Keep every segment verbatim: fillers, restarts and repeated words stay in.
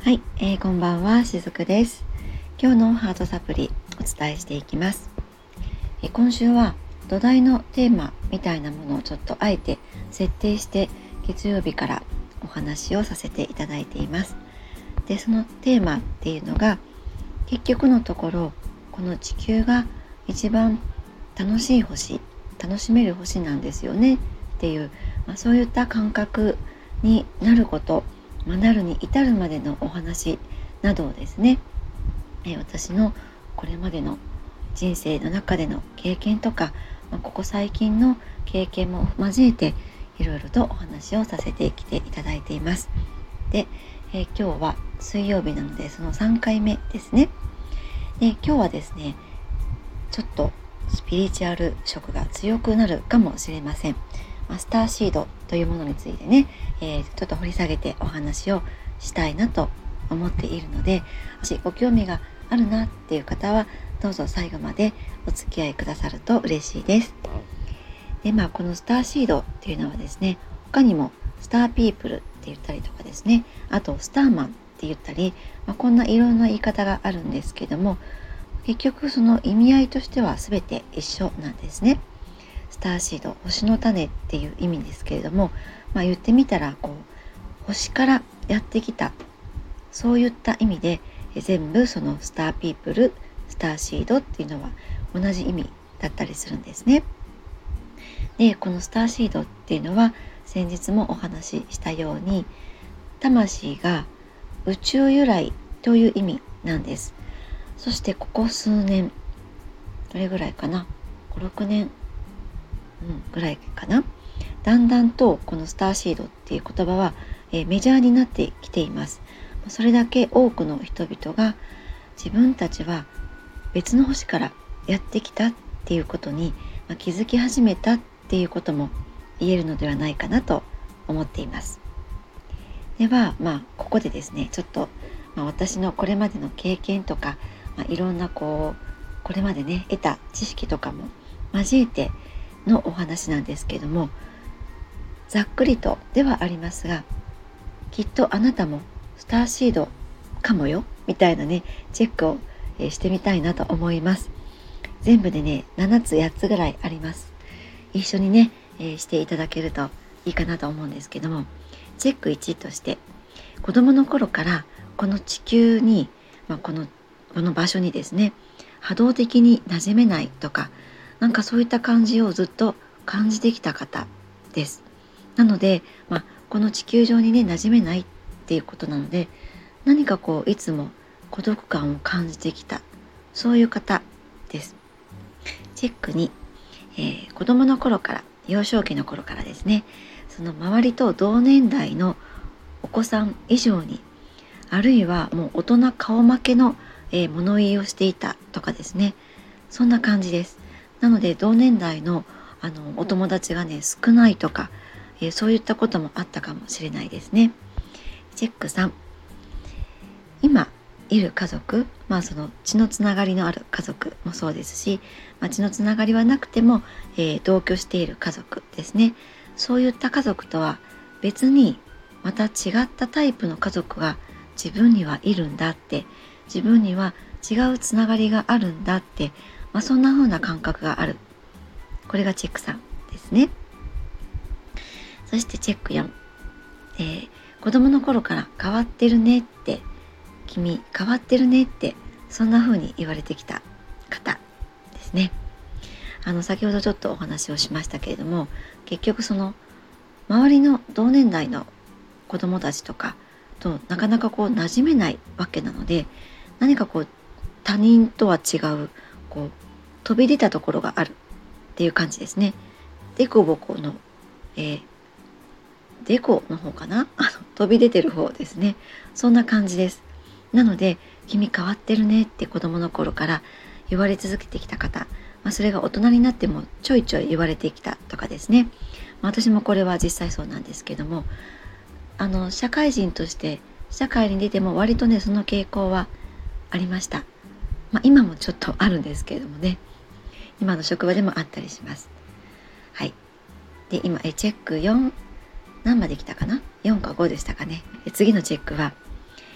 はい、えー、こんばんは、しずくです。今日のハートサプリお伝えしていきます。えー、今週は土台のテーマみたいなものをちょっとあえて設定して月曜日からお話をさせていただいています。で、そのテーマっていうのが結局のところこの地球が一番楽しい星、楽しめる星なんですよねっていう、まあ、そういった感覚になること、まあ、なるに至るまでのお話などをですね、えー私のこれまでの人生の中での経験とか、まあ、ここ最近の経験も交えていろいろとお話をさせてきていただいています。で、えー今日は水曜日なのでそのさんかいめですね。で、今日はですね、ちょっとスピリチュアル色が強くなるかもしれません。まあスターシードというものについてね、えーちょっと掘り下げてお話をしたいなと思っているので、もしご興味があるなっていう方はどうぞ最後までお付き合いくださると嬉しいです。で、まあこのスターシードっていうのはですね、他にもスターピープルって言ったりとかですね、あとスターマンって言ったり、まあ、こんないろんな言い方があるんですけども、結局その意味合いとしては全て一緒なんですね。スターシード、星の種っていう意味ですけれども、まあ、言ってみたらこう星からやってきた、そういった意味でえ全部そのスターピープル、スターシードっていうのは同じ意味だったりするんですね。で、このスターシードっていうのは先日もお話ししたように魂が宇宙由来という意味なんです。そしてここ数年、どれぐらいかな、ご、ろくねん、うん、ぐらいかな、だんだんとこのスターシードっていう言葉は、えーメジャーになってきています。それだけ多くの人々が自分たちは別の星からやってきたっていうことに、まあ、気づき始めたっていうことも言えるのではないかなと思っています。では、まあ、ここでですね、ちょっと、まあ、私のこれまでの経験とか、まあ、いろんなこうこれまでね得た知識とかも交えてのお話なんですけども、ざっくりとではありますが、きっとあなたもスターシードかもよみたいなねチェックを、えーしてみたいなと思います。全部でねななつやっつぐらいあります。一緒にね、えーしていただけるといいかなと思うんですけども、チェックいちとして、子供の頃からこの地球に、まあ、このこの場所にですね波動的に馴染めないとか、なんかそういった感じをずっと感じてきた方です。なので、まあ、この地球上にね馴染めないっていうことなので、何かこういつも孤独感を感じてきた、そういう方です。チェックに、えー子供の頃から、幼少期の頃からですね、その周りと同年代のお子さん以上に、あるいはもう大人顔負けの、えー物言いをしていたとかですね、そんな感じです。なので同年代のあのお友達がね少ないとか、えーそういったこともあったかもしれないですね。チェックさん、今いる家族、まあその血のつながりのある家族もそうですし、まあ、血のつながりはなくても、えー同居している家族ですね。そういった家族とは別にまた違ったタイプの家族が自分にはいるんだって、自分には違うつながりがあるんだって、まあ、そんな風な感覚がある。これがチェックさんですね。そしてチェックよん、えー子供の頃から変わってるねって、君変わってるねって、そんな風に言われてきた方ですね。あの先ほどちょっとお話をしましたけれども、結局その周りの同年代の子供たちとかとなかなかこう馴染めないわけなので、何かこう他人とは違うこう飛び出たところがあるっていう感じですね。デコボコの、えーデコの方かな、あの飛び出てる方ですね。そんな感じです。なので、君変わってるねって子供の頃から言われ続けてきた方、まあ、それが大人になってもちょいちょい言われてきたとかですね。まあ、私もこれは実際そうなんですけども、あの社会人として社会に出ても割とねその傾向はありました。まあ、今もちょっとあるんですけれどもね、今の職場でもあったりします。はい。で、今えチェックよん、何まで来たかな、よんかごでしたかね。え次のチェックは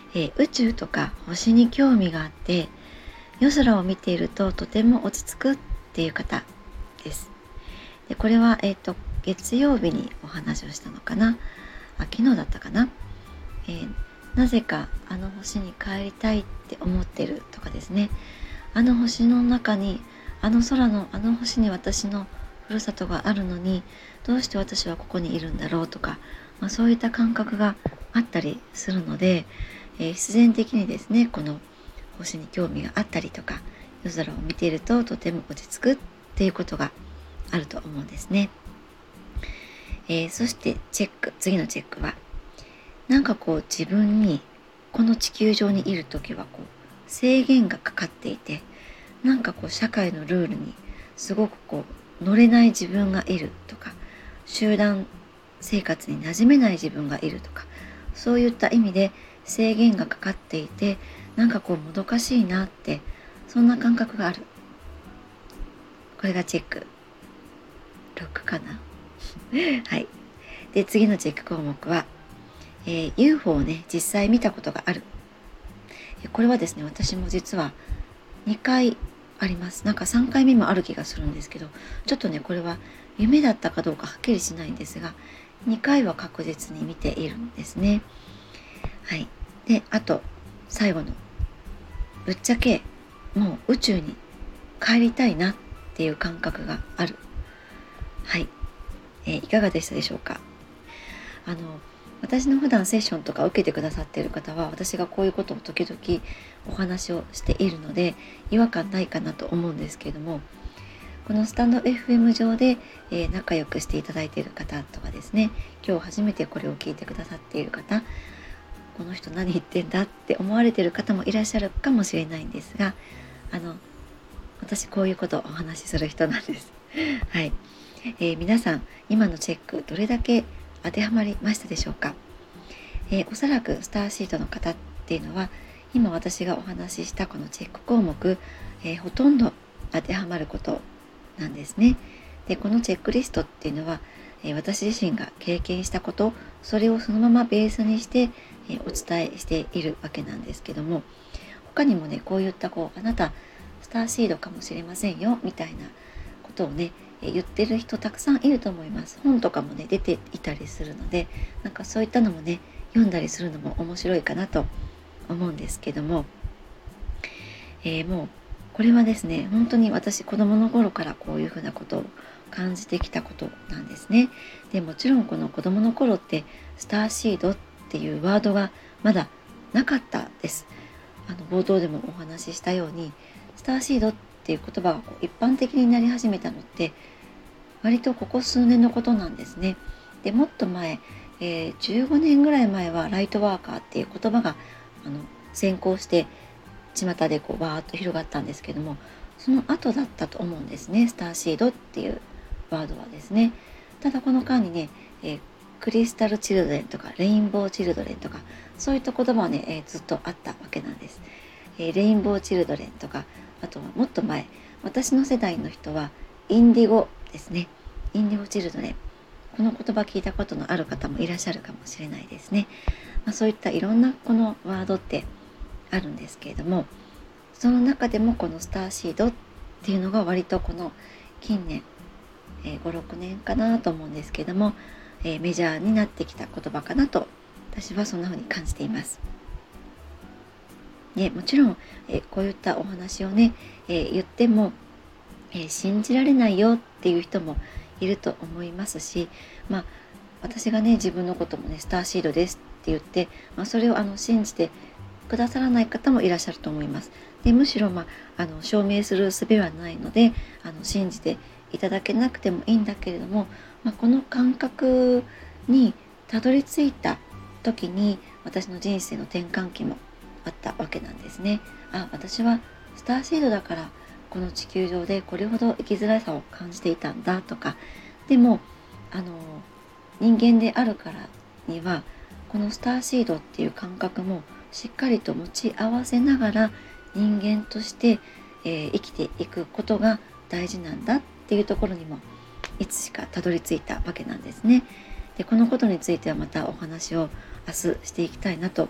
えー、宇宙とか星に興味があって夜空を見ているととても落ち着くっていう方です。でこれは、えーと、月曜日にお話をしたのかなあ昨日だったかな、えー、なぜかあの星に帰りたいって思ってるとかですね、あの星の中にあの空のあの星に私のふるさとがあるのにどうして私はここにいるんだろうとか、まあ、そういった感覚があったりするので、えー、必然的にですねこの星に興味があったりとか夜空を見ているととても落ち着くっていうことがあると思うんですね。えー、そしてチェック次のチェックはなんかこう自分にこの地球上にいる時はこう制限がかかっていてなんかこう社会のルールにすごくこう乗れない自分がいるとか集団生活に馴染めない自分がいるとかそういった意味で制限がかかっていてなんかこうもどかしいなってそんな感覚がある。これがチェックろくかなはい。で次のチェック項目は、えー、ユーフォー をね実際見たことがある。これはですね私も実はにかいあります。なんかさんかいめもある気がするんですけどちょっとねこれは夢だったかどうかはっきりしないんですがにかいは確実に見ているんですね。はい。であと最後のぶっちゃけもう宇宙に帰りたいなっていう感覚がある。はい、えー、いかがでしたでしょうか。あの私の普段セッションとか受けてくださっている方は私がこういうことを時々お話をしているので違和感ないかなと思うんですけれども、このスタンド エフエム 上で、えー、仲良くしていただいている方とかですね、今日初めてこれを聞いてくださっている方、この人何言ってんだって思われている方もいらっしゃるかもしれないんですが、あの私こういうことをお話しする人なんですはい、えー、皆さん今のチェックどれだけ当てはまりましたでしょうか。えー、おそらくスターシートの方っていうのは今私がお話ししたこのチェック項目、えー、ほとんど当てはまることなんですね。でこのチェックリストっていうのは、えー、私自身が経験したことそれをそのままベースにして、えー、お伝えしているわけなんですけども、他にもねこういったこうあなたスターシードかもしれませんよみたいなことをね言ってる人たくさんいると思います。本とかもね出ていたりするのでなんかそういったのもね読んだりするのも面白いかなと思うんですけども、えー、もうこれはですね本当に私子供の頃からこういうふうなことを感じてきたことなんですね。でもちろんこの子供の頃ってスターシードっていうワードがまだなかったです。あの冒頭でもお話ししたようにスターシードっていう言葉がこう一般的になり始めたのって割とここ数年のことなんですね。でもっと前、えー、じゅうごねんぐらい前はライトワーカーっていう言葉があの先行して巷でこうバーッと広がったんですけども、その後だったと思うんですね、スターシードっていうワードはですね。ただこの間にね、えー、クリスタルチルドレンとかレインボーチルドレンとかそういった言葉はね、えー、ずっとあったわけなんです。えー、レインボーチルドレンとかあとはもっと前私の世代の人はインディゴですね。インディゴチルドレン、この言葉聞いたことのある方もいらっしゃるかもしれないですね。まあ、そういったいろんなこのワードってあるんですけれども、その中でもこのスターシードっていうのが割とこの近年、えー、ご、ろくねんかなと思うんですけれども、えー、メジャーになってきた言葉かなと私はそんな風に感じています。でもちろん、えー、こういったお話をね、えー、言っても、えー、信じられないよっていう人もいると思いますし、まあ私がね自分のこともねスターシードですって言って、まあ、それをあの信じてくださらない方もいらっしゃると思います。でむしろ、まあ、あの証明する術はないのであの信じていただけなくてもいいんだけれども、まあ、この感覚にたどり着いた時に私の人生の転換期もあったわけなんですね。あ、私はスターシードだからこの地球上でこれほど生きづらさを感じていたんだとか、でもあの人間であるからにはこのスターシードっていう感覚もしっかりと持ち合わせながら人間として、えー、生きていくことが大事なんだっていうところにもいつしかたどり着いたわけなんですね。でこのことについてはまたお話を明日していきたいなと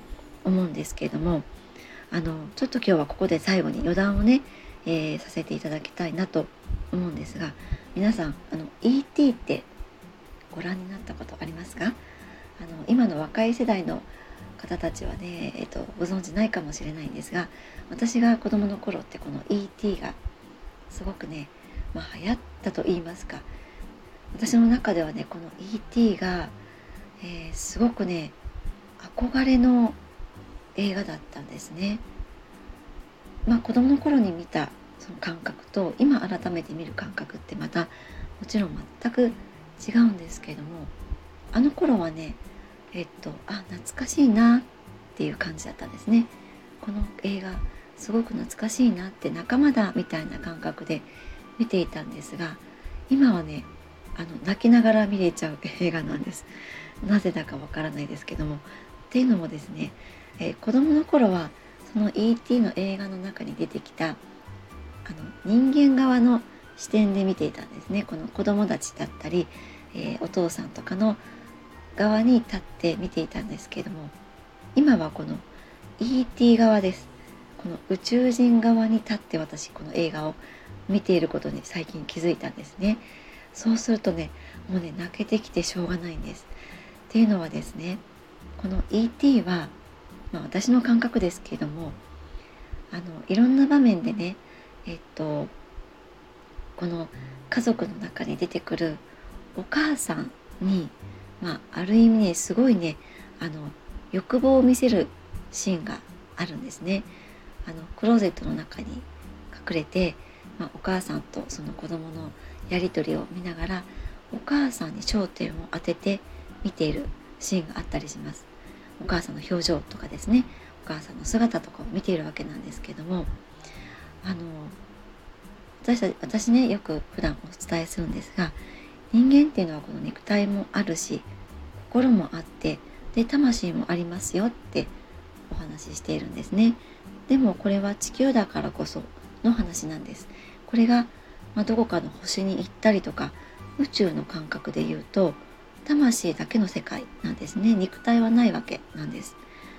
思うんですけれども、あのちょっと今日はここで最後に余談をね、えーさせていただきたいなと思うんですが、皆さんあの イーティー ってご覧になったことありますか？あの今の若い世代の方たちはね、えっと、ご存知ないかもしれないんですが、私が子供の頃ってこの イーティー がすごくね、まあ、流行ったと言いますか、私の中ではねこの イーティー が、えーすごくね憧れの映画だったんですね。まあ子供の頃に見たその感覚と今改めて見る感覚ってまたもちろん全く違うんですけれども、あの頃はねえっとあ懐かしいなっていう感じだったんですね。この映画すごく懐かしいなって、仲間だみたいな感覚で見ていたんですが、今はねあの泣きながら見れちゃう映画なんです。なぜだかわからないですけども。っていうのもですね、えー子供の頃はその イーティー の映画の中に出てきたあの人間側の視点で見ていたんですね。この子供たちだったり、えーお父さんとかの側に立って見ていたんですけども、今はこの イーティー 側です。この宇宙人側に立って私この映画を見ていることに最近気づいたんですね。そうするとねもうね泣けてきてしょうがないんです。っていうのはですね、この イーティー は、まあ、私の感覚ですけれども、あのいろんな場面でねえっとこの家族の中に出てくるお母さんに、まあ、ある意味ねすごいねあの欲望を見せるシーンがあるんですね。あのクローゼットの中に隠れて、まあ、お母さんとその子供のやり取りを見ながらお母さんに焦点を当てて見ているシーンがあったりします。お母さんの表情とかですね、お母さんの姿とかを見ているわけなんですけども、あの私たち私ねよく普段お伝えするんですが、人間っていうのはこの肉体もあるし心もあって、で魂もありますよってお話ししているんですね。でもこれは地球だからこその話なんです。これが、まあ、どこかの星に行ったりとか宇宙の感覚で言うと魂だけの世界なんですね。肉体はないわけなんです。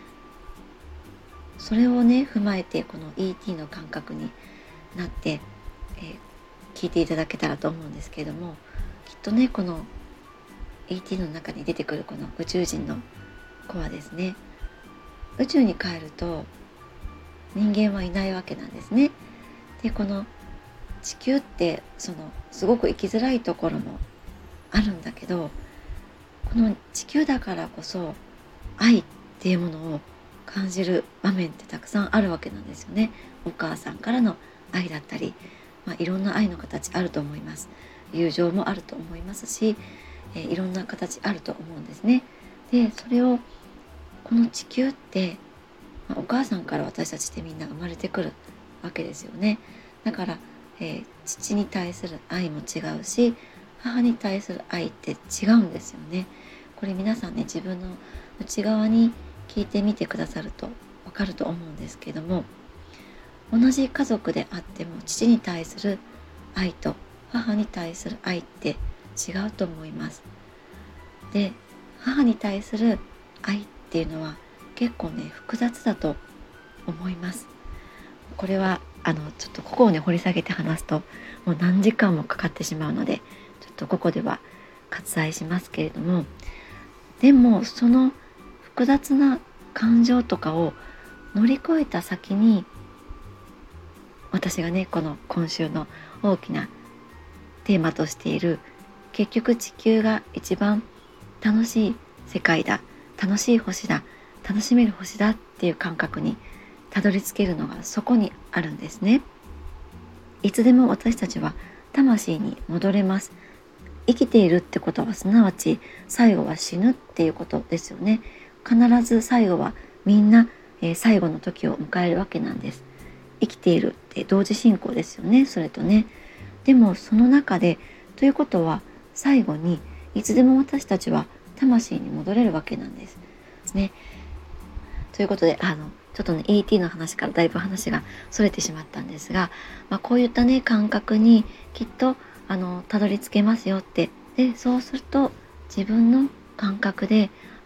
それをね踏まえてこの イーティー の感覚になって、えー聞いていただけたらと思うんですけれども、きっとねこの イーティー の中に出てくるこの宇宙人の子はですね、宇宙に帰ると人間はいないわけなんですね。でこの地球ってそのすごく生きづらいところもあるんだけど、この地球だからこそ愛っていうものを感じる場面ってたくさんあるわけなんですよね。お母さんからの愛だったり、まあ、いろんな愛の形あると思います。友情もあると思いますし、えーいろんな形あると思うんですね。でそれをこの地球って、まあお母さんから私たちってみんな生まれてくるわけですよね。だから、えー父に対する愛も違うし母に対する愛って違うんですよね。これ皆さんね自分の内側に聞いてみてくださるとわかると思うんですけども、同じ家族であっても父に対する愛と母に対する愛って違うと思います。で母に対する愛っていうのは結構ね複雑だと思います。これはあのちょっとここをね掘り下げて話すともう何時間もかかってしまうので、ちょっとここでは割愛しますけれども、でもその複雑な感情とかを乗り越えた先に、私がねこの今週の大きなテーマとしている結局地球が一番楽しい世界だ、楽しい星だ、楽しめる星だっていう感覚にたどり着けるのがそこにあるんですね。いつでも私たちは魂に戻れます。生きているってことはすなわち最後は死ぬっていうことですよね。必ず最後はみんな、えー最後の時を迎えるわけなんです。生きているって同時進行ですよね、それとね。でもその中でということは最後にいつでも私たちは魂に戻れるわけなんですね。ということであのちょっとね イーティー の話からだいぶ話がそれてしまったんですが、まあ、こういったね感覚にきっとあのたどり着けますよって。でそうすると自分の感覚で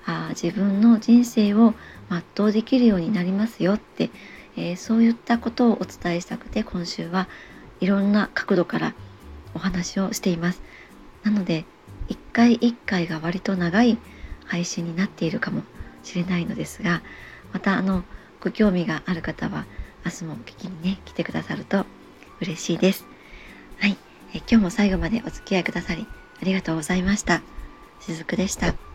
あ自分の人生を全うできるようになりますよって、えー、そういったことをお伝えしたくて、今週はいろんな角度からお話をしています。なので一回一回が割と長い配信になっているかもしれないのですが、またあのご興味がある方は明日も聞きにね来てくださると嬉しいです。はい、え今日も最後までお付き合いくださりありがとうございました。しずくでした。